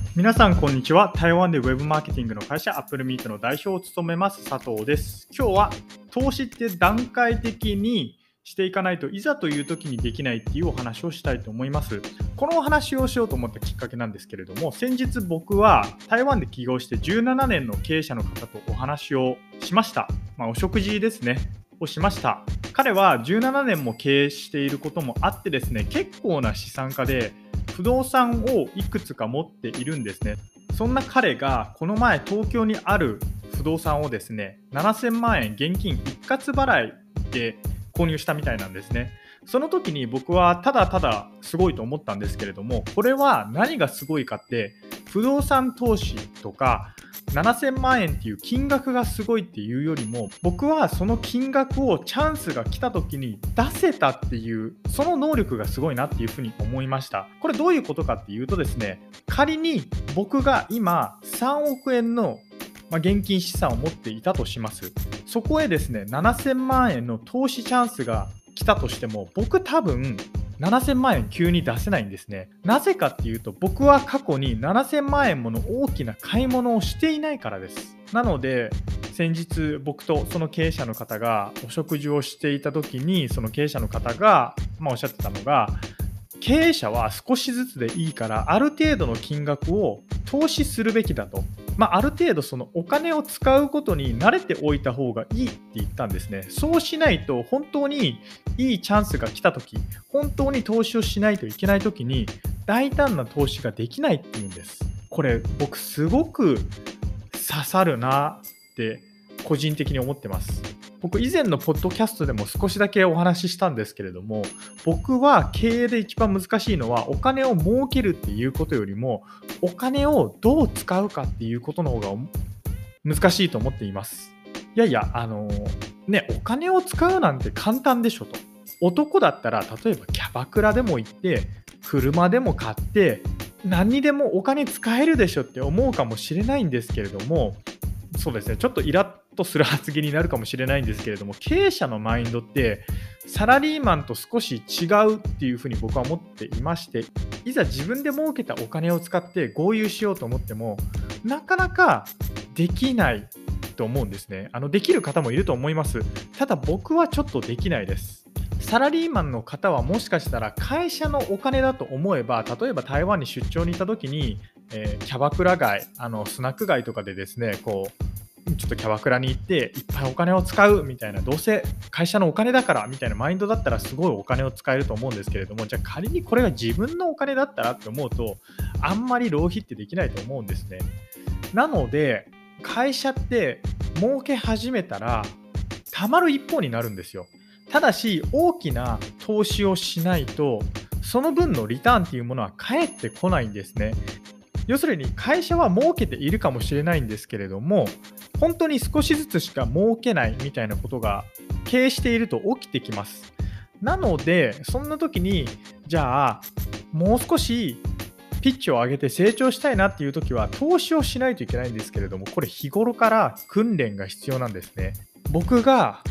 皆さんこんにちは。台湾でウェブマーケティングの会社アップルミートの代表を務めます佐藤です。今日は投資って段階的にしていかないといざという時にできないっていうお話をしたいと思います。このお話をしようと思ったきっかけなんですけれども、先日僕は台湾で起業して17年の経営者の方とお話をしました。お食事ですねをしました。彼は17年も経営していることもあってですね、結構な資産家で不動産をいくつか持っているんですね。そんな彼がこの前東京にある不動産をですね、7000万円現金一括払いで購入したみたいなんですね。その時に僕はただただすごいと思ったんですけれども、これは何がすごいかって、不動産投資とか7000万円っていう金額がすごいっていうよりも、僕はその金額をチャンスが来た時に出せたっていうその能力がすごいなっていうふうに思いました。これどういうことかっていうとですね、仮に僕が今3億円の現金資産を持っていたとします。そこへですね、7000万円の投資チャンスが来たとしても、僕多分7000万円急に出せないんですね。なぜかっていうと、僕は過去に7000万円もの大きな買い物をしていないからです。なので、先日僕とその経営者の方がお食事をしていた時に、その経営者の方が、おっしゃってたのが、経営者は少しずつでいいからある程度の金額を投資するべきだと。ある程度そのお金を使うことに慣れておいた方がいいって言ったんですね。そうしないと本当にいいチャンスが来た時、本当に投資をしないといけない時に大胆な投資ができないっていうんです。これ僕すごく刺さるなって個人的に思ってます。僕以前のポッドキャストでも少しだけお話ししたんですけれども、僕は経営で一番難しいのはお金を儲けるっていうことよりも、お金をどう使うかっていうことの方が難しいと思っています。いやいや、お金を使うなんて簡単でしょと。男だったら例えばキャバクラでも行って車でも買って何にでもお金使えるでしょって思うかもしれないんですけれども、そうですね、ちょっとイラッとする発言になるかもしれないんですけれども、経営者のマインドってサラリーマンと少し違うっていうふうに僕は思っていまして、いざ自分で儲けたお金を使って豪遊しようと思ってもなかなかできないと思うんですね。できる方もいると思います。ただ僕はちょっとできないです。サラリーマンの方はもしかしたら会社のお金だと思えば、例えば台湾に出張に行った時に、キャバクラ街、スナック街とかでですね、ちょっとキャバクラに行っていっぱいお金を使うみたいな、どうせ会社のお金だからみたいなマインドだったらすごいお金を使えると思うんですけれども、じゃあ仮にこれが自分のお金だったらって思うと、あんまり浪費ってできないと思うんですね。なので会社って儲け始めたらたまる一方になるんですよ。ただし大きな投資をしないとその分のリターンっていうものは返ってこないんですね。要するに会社は儲けているかもしれないんですけれども、本当に少しずつしか儲けないみたいなことが経営していると起きてきます。なのでそんな時に、じゃあもう少しピッチを上げて成長したいなっていう時は投資をしないといけないんですけれども、これ日頃から訓練が必要なんですね。僕が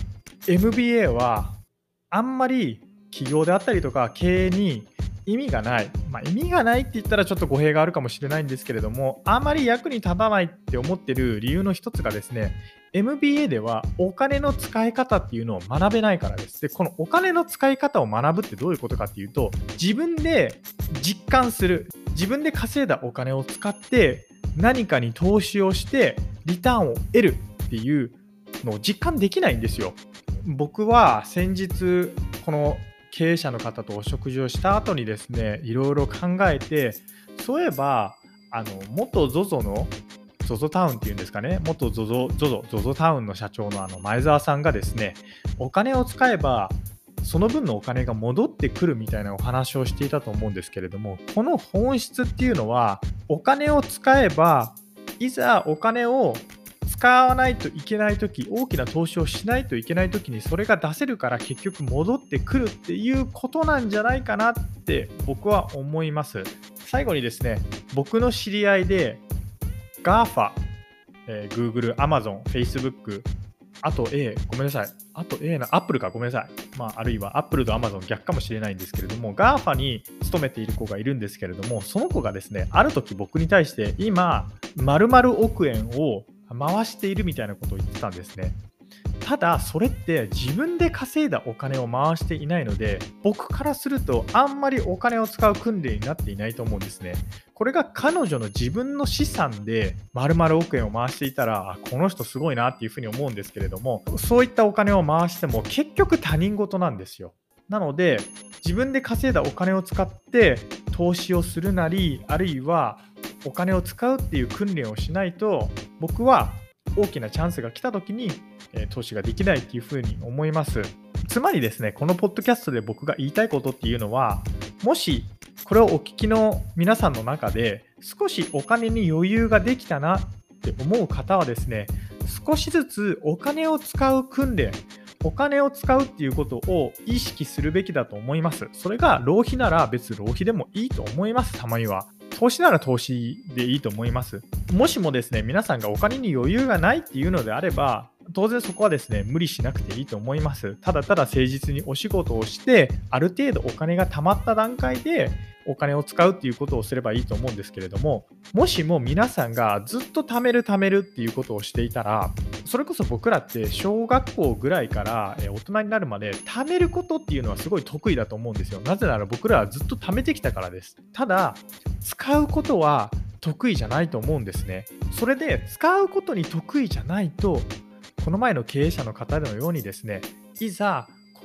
MBA はあんまり企業であったりとか経営に意味がない、意味がないって言ったらちょっと語弊があるかもしれないんですけれども、あまり役に立たないって思ってる理由の一つがですね、MBA ではお金の使い方っていうのを学べないからです。で、このお金の使い方を学ぶってどういうことかっていうと、自分で実感する、自分で稼いだお金を使って何かに投資をしてリターンを得るっていうのを実感できないんですよ。僕は先日この経営者の方とお食事をした後にですね、いろいろ考えて、そういえば元 ZOZO の ZOZO タウンっていうんですかね、元 ZOZO タウンの社長の前澤さんがですね、お金を使えばその分のお金が戻ってくるみたいなお話をしていたと思うんですけれども、この本質っていうのは、お金を使えばいざお金を使わないといけないとき、大きな投資をしないといけないときにそれが出せるから結局戻ってくるっていうことなんじゃないかなって僕は思います。最後にですね、僕の知り合いで GAFA、Google、Amazon、Facebook あと A、ごめんなさい。あと A な、Apple か、ごめんなさい。あるいは Apple と Amazon 逆かもしれないんですけれども、GAFA に勤めている子がいるんですけれども、その子がですね、ある時僕に対して、今、〇〇億円を回しているみたいなことを言ってたんですね。ただ、それって自分で稼いだお金を回していないので、僕からするとあんまりお金を使う訓練になっていないと思うんですね。これが彼女の自分の資産で丸々億円を回していたら、この人すごいなっていうふうに思うんですけれども、そういったお金を回しても結局他人事なんですよ。なので、自分で稼いだお金を使って投資をするなり、あるいはお金を使うっていう訓練をしないと、僕は大きなチャンスが来た時に投資ができないっていうふうに思います。つまりですね、このポッドキャストで僕が言いたいことっていうのは、もしこれをお聞きの皆さんの中で少しお金に余裕ができたなって思う方はですね、少しずつお金を使う訓練、お金を使うっていうことを意識するべきだと思います。それが浪費なら別に浪費でもいいと思います。たまには。投資なら投資でいいと思います。もしもですね、皆さんがお金に余裕がないっていうのであれば、当然そこはですね、無理しなくていいと思います。ただただ誠実にお仕事をして、ある程度お金が貯まった段階で、お金を使うっていうことをすればいいと思うんですけれども、もしも皆さんがずっと貯めるっていうことをしていたら、それこそ僕らって小学校ぐらいから大人になるまで貯めることっていうのはすごい得意だと思うんですよ。なぜなら僕らはずっと貯めてきたからです。ただ、使うことは得意じゃないと思うんですね。それで使うことに得意じゃないと、この前の経営者の方のようにですね、いざ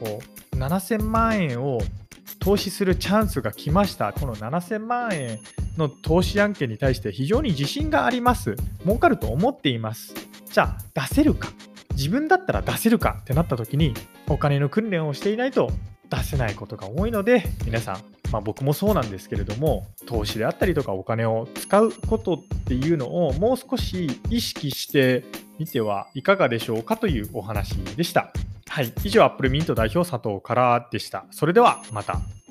7000万円を投資するチャンスが来ました。この7000万円の投資案件に対して非常に自信があります。儲かると思っています。じゃあ出せるか、自分だったら出せるかってなった時に、お金の訓練をしていないと出せないことが多いので、皆さん、僕もそうなんですけれども、投資であったりとかお金を使うことっていうのをもう少し意識してみてはいかがでしょうかというお話でした。はい、以上、アップルミント代表佐藤からでした。それではまた。